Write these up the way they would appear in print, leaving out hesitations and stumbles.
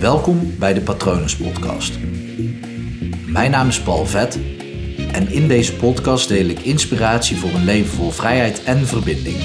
Welkom bij de Patronus Podcast. Mijn naam is Paul Vet en in deze podcast deel ik inspiratie voor een leven vol vrijheid en verbinding.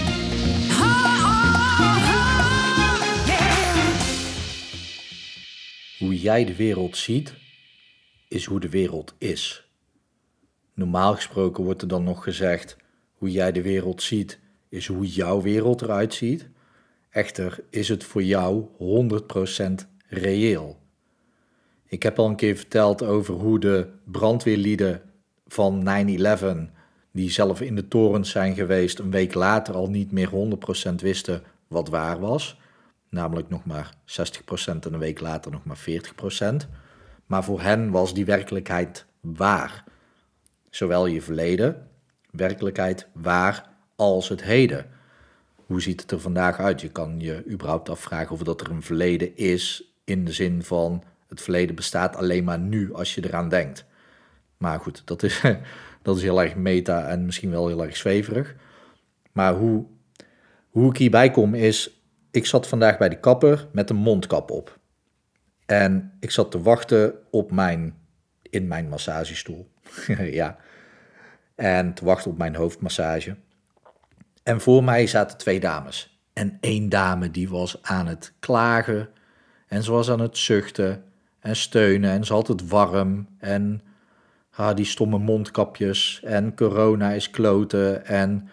Hoe jij de wereld ziet, is hoe de wereld is. Normaal gesproken wordt er dan nog gezegd, hoe jij de wereld ziet, is hoe jouw wereld eruit ziet. Echter is het voor jou 100% reëel. Ik heb al een keer verteld over hoe de brandweerlieden van 9/11, die zelf in de torens zijn geweest, een week later al niet meer 100% wisten wat waar was. Namelijk nog maar 60% en een week later nog maar 40%. Maar voor hen was die werkelijkheid waar. Zowel je verleden, werkelijkheid waar, als het heden. Hoe ziet het er vandaag uit? Je kan je überhaupt afvragen of dat er een verleden is, in de zin van het verleden bestaat alleen maar nu als je eraan denkt. Maar goed, dat is heel erg meta en misschien wel heel erg zweverig. Maar hoe ik hierbij kom is, ik zat vandaag bij de kapper met een mondkap op. En ik zat te wachten in mijn massagestoel. Ja. En te wachten op mijn hoofdmassage. En voor mij zaten 2 dames. En 1 dame die was aan het klagen. En ze was aan het zuchten en steunen. En ze had het warm. En die stomme mondkapjes. En corona is kloten. En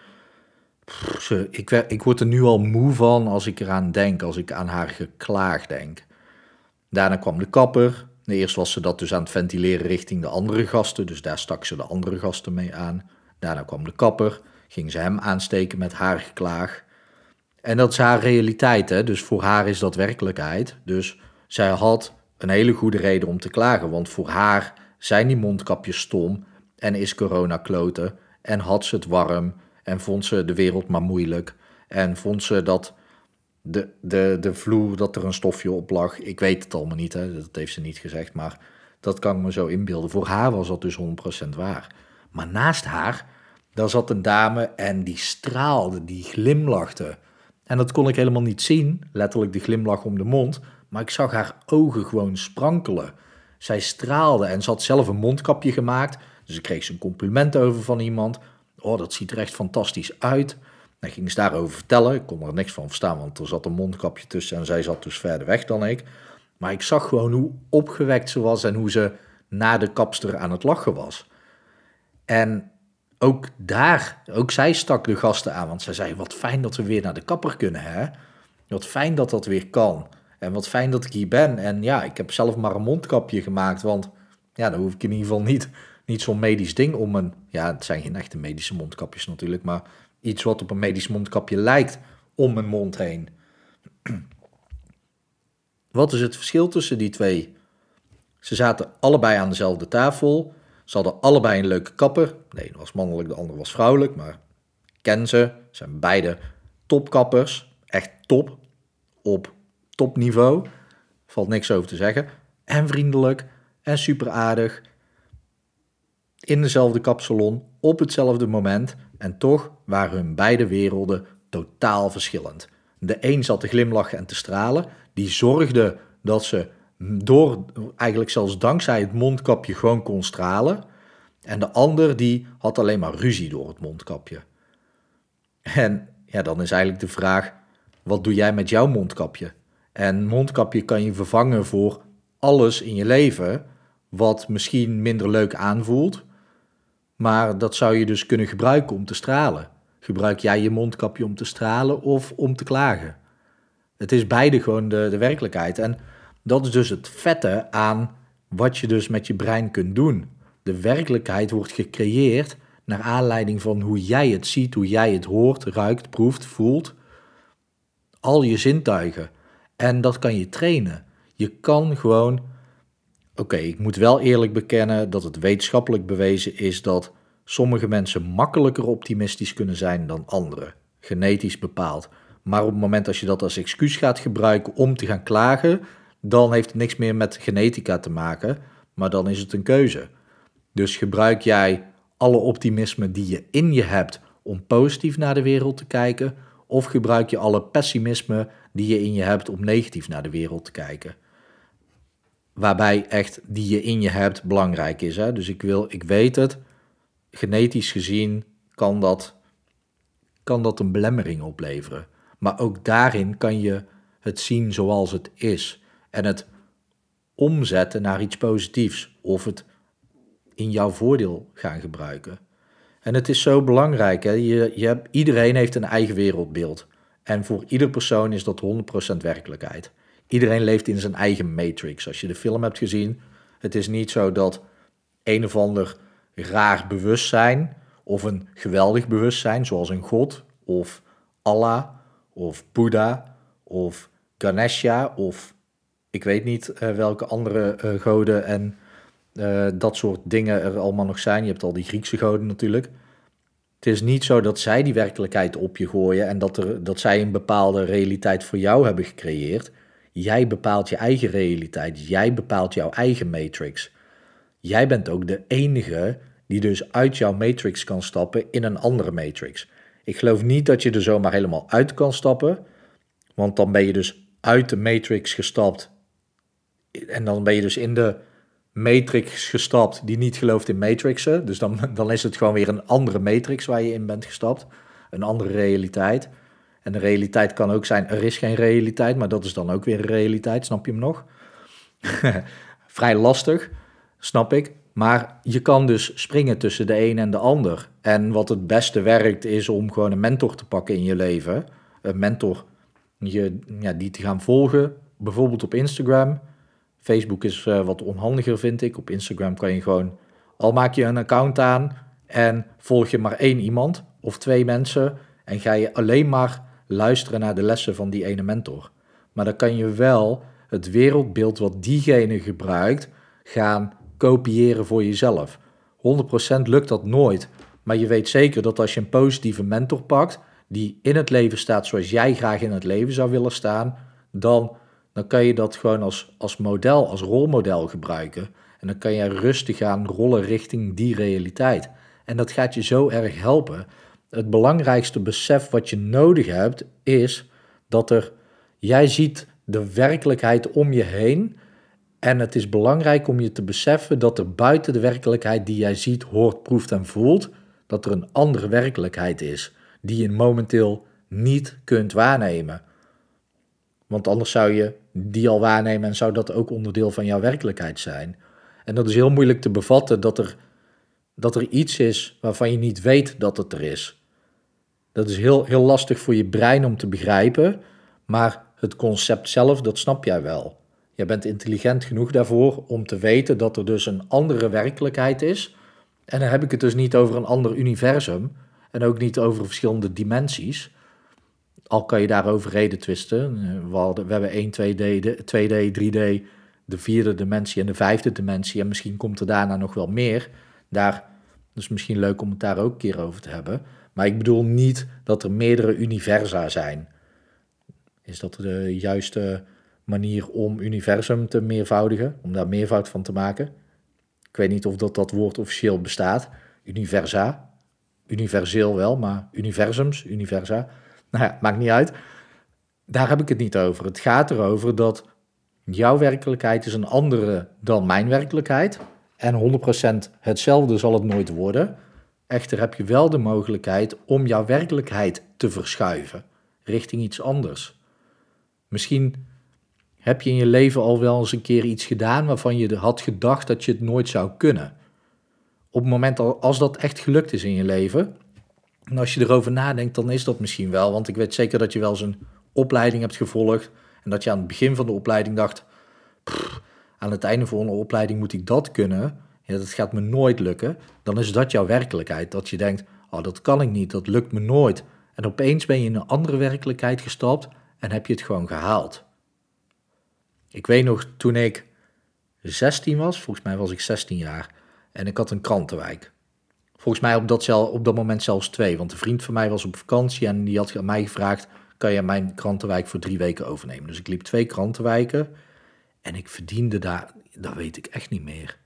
ik word er nu al moe van als ik eraan denk. Als ik aan haar geklaag denk. Daarna kwam de kapper. Eerst was ze dat dus aan het ventileren richting de andere gasten. Dus daar stak ze de andere gasten mee aan. Daarna kwam de kapper. Ging ze hem aansteken met haar geklaag. En dat is haar realiteit, hè? Dus voor haar is dat werkelijkheid. Dus zij had een hele goede reden om te klagen. Want voor haar zijn die mondkapjes stom en is corona kloten. En had ze het warm en vond ze de wereld maar moeilijk. En vond ze dat de vloer, dat er een stofje op lag. Ik weet het allemaal niet, hè? Dat heeft ze niet gezegd, maar dat kan ik me zo inbeelden. Voor haar was dat dus 100% waar. Maar naast haar, daar zat een dame en die straalde, die glimlachte. En dat kon ik helemaal niet zien, letterlijk de glimlach om de mond, maar ik zag haar ogen gewoon sprankelen. Zij straalde en ze had zelf een mondkapje gemaakt, dus ik kreeg ze een compliment over van iemand. Oh, dat ziet er echt fantastisch uit. Dan ging ze daarover vertellen, ik kon er niks van verstaan, want er zat een mondkapje tussen en zij zat dus verder weg dan ik. Maar ik zag gewoon hoe opgewekt ze was en hoe ze na de kapster aan het lachen was. En ook zij stak de gasten aan, want zij zei, wat fijn dat we weer naar de kapper kunnen, hè? Wat fijn dat dat weer kan. En wat fijn dat ik hier ben. En ja, ik heb zelf maar een mondkapje gemaakt, want ja, dan hoef ik in ieder geval niet zo'n medisch ding om ja, het zijn geen echte medische mondkapjes natuurlijk, maar iets wat op een medisch mondkapje lijkt om mijn mond heen. Wat is het verschil tussen die twee? Ze zaten allebei aan dezelfde tafel. Ze hadden allebei een leuke kapper. De ene was mannelijk, de andere was vrouwelijk, maar ik ken ze. Ze zijn beide topkappers. Echt top. Op topniveau. Valt niks over te zeggen. En vriendelijk. En super aardig. In dezelfde kapsalon. Op hetzelfde moment. En toch waren hun beide werelden totaal verschillend. De een zat te glimlachen en te stralen. Die zorgde dat ze eigenlijk zelfs dankzij het mondkapje gewoon kon stralen. En de ander die had alleen maar ruzie door het mondkapje. En ja, dan is eigenlijk de vraag, wat doe jij met jouw mondkapje? En een mondkapje kan je vervangen voor alles in je leven, wat misschien minder leuk aanvoelt, maar dat zou je dus kunnen gebruiken om te stralen. Gebruik jij je mondkapje om te stralen of om te klagen? Het is beide gewoon de werkelijkheid. En dat is dus het vette aan wat je dus met je brein kunt doen. De werkelijkheid wordt gecreëerd naar aanleiding van hoe jij het ziet, hoe jij het hoort, ruikt, proeft, voelt. Al je zintuigen. En dat kan je trainen. Je kan gewoon... Oké, ik moet wel eerlijk bekennen dat het wetenschappelijk bewezen is dat sommige mensen makkelijker optimistisch kunnen zijn dan anderen. Genetisch bepaald. Maar op het moment dat je dat als excuus gaat gebruiken om te gaan klagen, dan heeft het niks meer met genetica te maken, maar dan is het een keuze. Dus gebruik jij alle optimisme die je in je hebt om positief naar de wereld te kijken, of gebruik je alle pessimisme die je in je hebt om negatief naar de wereld te kijken? waarbij echt die je in je hebt belangrijk is. Hè? Dus ik weet het, genetisch gezien kan dat een belemmering opleveren. Maar ook daarin kan je het zien zoals het is. En het omzetten naar iets positiefs. Of het in jouw voordeel gaan gebruiken. En het is zo belangrijk. Hè? Iedereen heeft een eigen wereldbeeld. En voor ieder persoon is dat 100% werkelijkheid. Iedereen leeft in zijn eigen matrix. Als je de film hebt gezien, het is niet zo dat een of ander raar bewustzijn of een geweldig bewustzijn, zoals een god of Allah of Boeddha of Ganesha of ik weet niet welke andere goden en dat soort dingen er allemaal nog zijn. Je hebt al die Griekse goden natuurlijk. Het is niet zo dat zij die werkelijkheid op je gooien en dat zij een bepaalde realiteit voor jou hebben gecreëerd. Jij bepaalt je eigen realiteit. Jij bepaalt jouw eigen matrix. Jij bent ook de enige die dus uit jouw matrix kan stappen in een andere matrix. Ik geloof niet dat je er zomaar helemaal uit kan stappen, want dan ben je dus uit de matrix gestapt en dan ben je dus in de matrix gestapt die niet gelooft in matrixen. Dus dan is het gewoon weer een andere matrix waar je in bent gestapt. Een andere realiteit. En de realiteit kan ook zijn, er is geen realiteit, maar dat is dan ook weer een realiteit, snap je hem nog? Vrij lastig, snap ik. Maar je kan dus springen tussen de een en de ander. En wat het beste werkt is om gewoon een mentor te pakken in je leven. Een mentor die te gaan volgen, bijvoorbeeld op Instagram. Facebook is wat onhandiger, vind ik. Op Instagram kan je gewoon, al maak je een account aan en volg je maar 1 iemand of 2 mensen en ga je alleen maar luisteren naar de lessen van die ene mentor. Maar dan kan je wel het wereldbeeld wat diegene gebruikt gaan kopiëren voor jezelf. 100% lukt dat nooit, maar je weet zeker dat als je een positieve mentor pakt die in het leven staat zoals jij graag in het leven zou willen staan, dan kan je dat gewoon als model, als rolmodel gebruiken. En dan kan je rustig gaan rollen richting die realiteit. En dat gaat je zo erg helpen. Het belangrijkste besef wat je nodig hebt is dat jij ziet de werkelijkheid om je heen. En het is belangrijk om je te beseffen dat er buiten de werkelijkheid die jij ziet, hoort, proeft en voelt, dat er een andere werkelijkheid is die je momenteel niet kunt waarnemen. Want anders zou je die al waarnemen en zou dat ook onderdeel van jouw werkelijkheid zijn. En dat is heel moeilijk te bevatten dat er iets is waarvan je niet weet dat het er is. Dat is heel, heel lastig voor je brein om te begrijpen, maar het concept zelf, dat snap jij wel. Jij bent intelligent genoeg daarvoor om te weten dat er dus een andere werkelijkheid is. En dan heb ik het dus niet over een ander universum en ook niet over verschillende dimensies. Al kan je daarover reden twisten. We hebben 1, 2D, 2D, 3D, de 4e dimensie en de 5e dimensie. En misschien komt er daarna nog wel meer. Dat is misschien leuk om het daar ook een keer over te hebben. Maar ik bedoel niet dat er meerdere universa zijn. Is dat de juiste manier om universum te meervoudigen? Om daar meervoud van te maken? Ik weet niet of dat woord officieel bestaat. Universa. Universeel wel, maar universums, universa. Nou ja, maakt niet uit. Daar heb ik het niet over. Het gaat erover dat jouw werkelijkheid is een andere dan mijn werkelijkheid. En 100% hetzelfde zal het nooit worden. Echter heb je wel de mogelijkheid om jouw werkelijkheid te verschuiven richting iets anders. Misschien heb je in je leven al wel eens een keer iets gedaan waarvan je had gedacht dat je het nooit zou kunnen. Op het moment als dat echt gelukt is in je leven, en als je erover nadenkt, dan is dat misschien wel. Want ik weet zeker dat je wel eens een opleiding hebt gevolgd en dat je aan het begin van de opleiding dacht, aan het einde van de opleiding moet ik dat kunnen. Ja, dat gaat me nooit lukken. Dan is dat jouw werkelijkheid. Dat je denkt, oh, dat kan ik niet, dat lukt me nooit. En opeens ben je in een andere werkelijkheid gestapt en heb je het gewoon gehaald. Ik weet nog, toen ik 16 was, volgens mij was ik 16 jaar, en ik had een krantenwijk. Volgens mij op dat moment zelfs 2, want een vriend van mij was op vakantie en die had aan mij gevraagd, kan je mijn krantenwijk voor 3 weken overnemen? Dus ik liep 2 krantenwijken en ik verdiende daar, dat weet ik echt niet meer.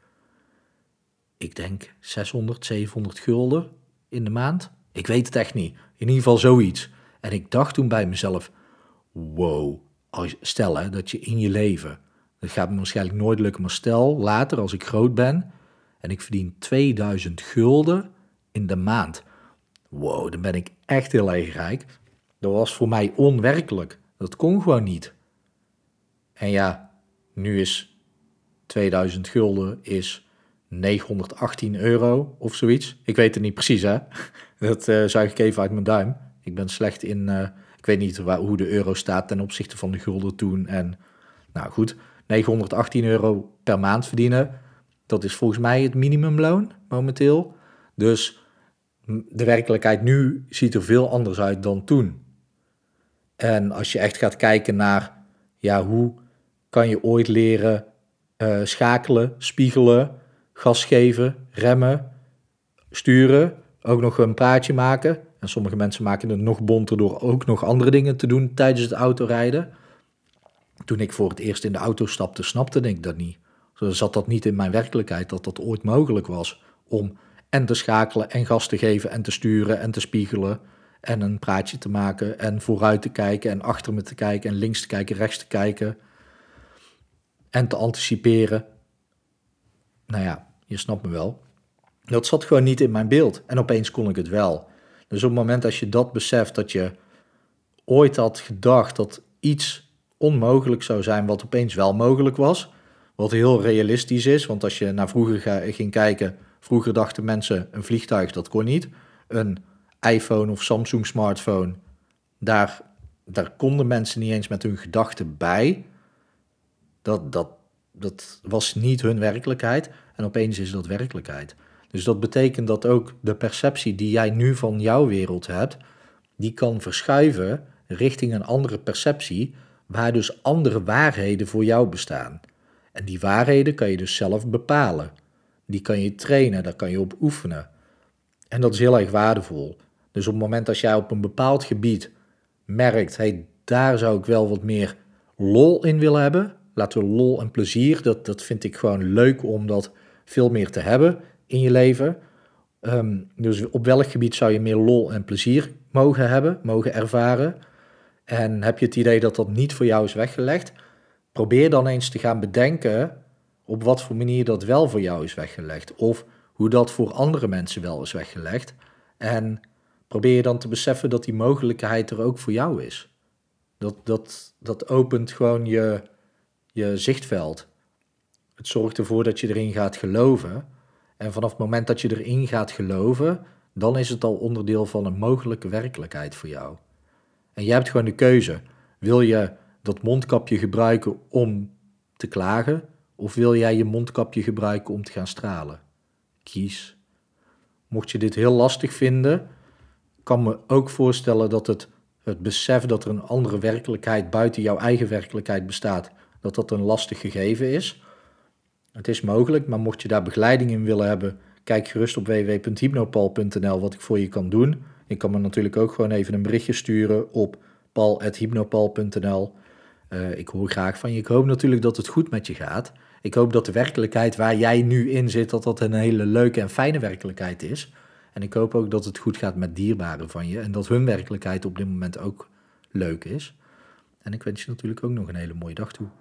Ik denk 600, 700 gulden in de maand. Ik weet het echt niet. In ieder geval zoiets. En ik dacht toen bij mezelf, wow, stel hè, dat je in je leven Dat gaat me waarschijnlijk nooit lukken, maar stel later als ik groot ben en ik verdien 2000 gulden in de maand. Wow, dan ben ik echt heel erg rijk. Dat was voor mij onwerkelijk. Dat kon gewoon niet. En ja, nu is 2000 gulden is 918 euro of zoiets. Ik weet het niet precies, hè. Dat zuig ik even uit mijn duim. Ik ben slecht in... ik weet niet hoe de euro staat ten opzichte van de gulden toen. En nou goed, 918 euro per maand verdienen. Dat is volgens mij het minimumloon momenteel. Dus de werkelijkheid nu ziet er veel anders uit dan toen. En als je echt gaat kijken naar... ja, hoe kan je ooit leren schakelen, spiegelen, gas geven, remmen, sturen, ook nog een praatje maken. En sommige mensen maken het nog bonter door ook nog andere dingen te doen tijdens het autorijden. Toen ik voor het eerst in de auto stapte, snapte ik dat niet. Zo zat dat niet in mijn werkelijkheid, dat dat ooit mogelijk was om en te schakelen en gas te geven en te sturen en te spiegelen en een praatje te maken en vooruit te kijken en achter me te kijken en links te kijken, rechts te kijken en te anticiperen. Nou ja, je snapt me wel. Dat zat gewoon niet in mijn beeld en opeens kon ik het wel. Dus op het moment als je dat beseft, dat je ooit had gedacht dat iets onmogelijk zou zijn wat opeens wel mogelijk was, wat heel realistisch is, want als je naar vroeger ging kijken, vroeger dachten mensen een vliegtuig, dat kon niet. Een iPhone of Samsung smartphone, daar konden mensen niet eens met hun gedachten bij. Dat was niet hun werkelijkheid en opeens is dat werkelijkheid. Dus dat betekent dat ook de perceptie die jij nu van jouw wereld hebt, die kan verschuiven richting een andere perceptie, waar dus andere waarheden voor jou bestaan. En die waarheden kan je dus zelf bepalen. Die kan je trainen, daar kan je op oefenen. En dat is heel erg waardevol. Dus op het moment dat jij op een bepaald gebied merkt, hey, daar zou ik wel wat meer lol in willen hebben. Laten we lol en plezier, dat vind ik gewoon leuk om dat veel meer te hebben in je leven. Dus op welk gebied zou je meer lol en plezier mogen hebben, mogen ervaren? En heb je het idee dat dat niet voor jou is weggelegd? Probeer dan eens te gaan bedenken op wat voor manier dat wel voor jou is weggelegd. Of hoe dat voor andere mensen wel is weggelegd. En probeer je dan te beseffen dat die mogelijkheid er ook voor jou is. Dat opent gewoon je zichtveld. Het zorgt ervoor dat je erin gaat geloven. En vanaf het moment dat je erin gaat geloven, dan is het al onderdeel van een mogelijke werkelijkheid voor jou. En jij hebt gewoon de keuze. Wil je dat mondkapje gebruiken om te klagen? Of wil jij je mondkapje gebruiken om te gaan stralen? Kies. Mocht je dit heel lastig vinden, kan me ook voorstellen dat het besef dat er een andere werkelijkheid buiten jouw eigen werkelijkheid bestaat, dat dat een lastig gegeven is. Het is mogelijk, maar mocht je daar begeleiding in willen hebben, kijk gerust op www.hypnopal.nl wat ik voor je kan doen. Je kan me natuurlijk ook gewoon even een berichtje sturen op paul@hypnopal.nl. Ik hoor graag van je. Ik hoop natuurlijk dat het goed met je gaat. Ik hoop dat de werkelijkheid waar jij nu in zit, dat dat een hele leuke en fijne werkelijkheid is. En ik hoop ook dat het goed gaat met dierbaren van je en dat hun werkelijkheid op dit moment ook leuk is. En ik wens je natuurlijk ook nog een hele mooie dag toe.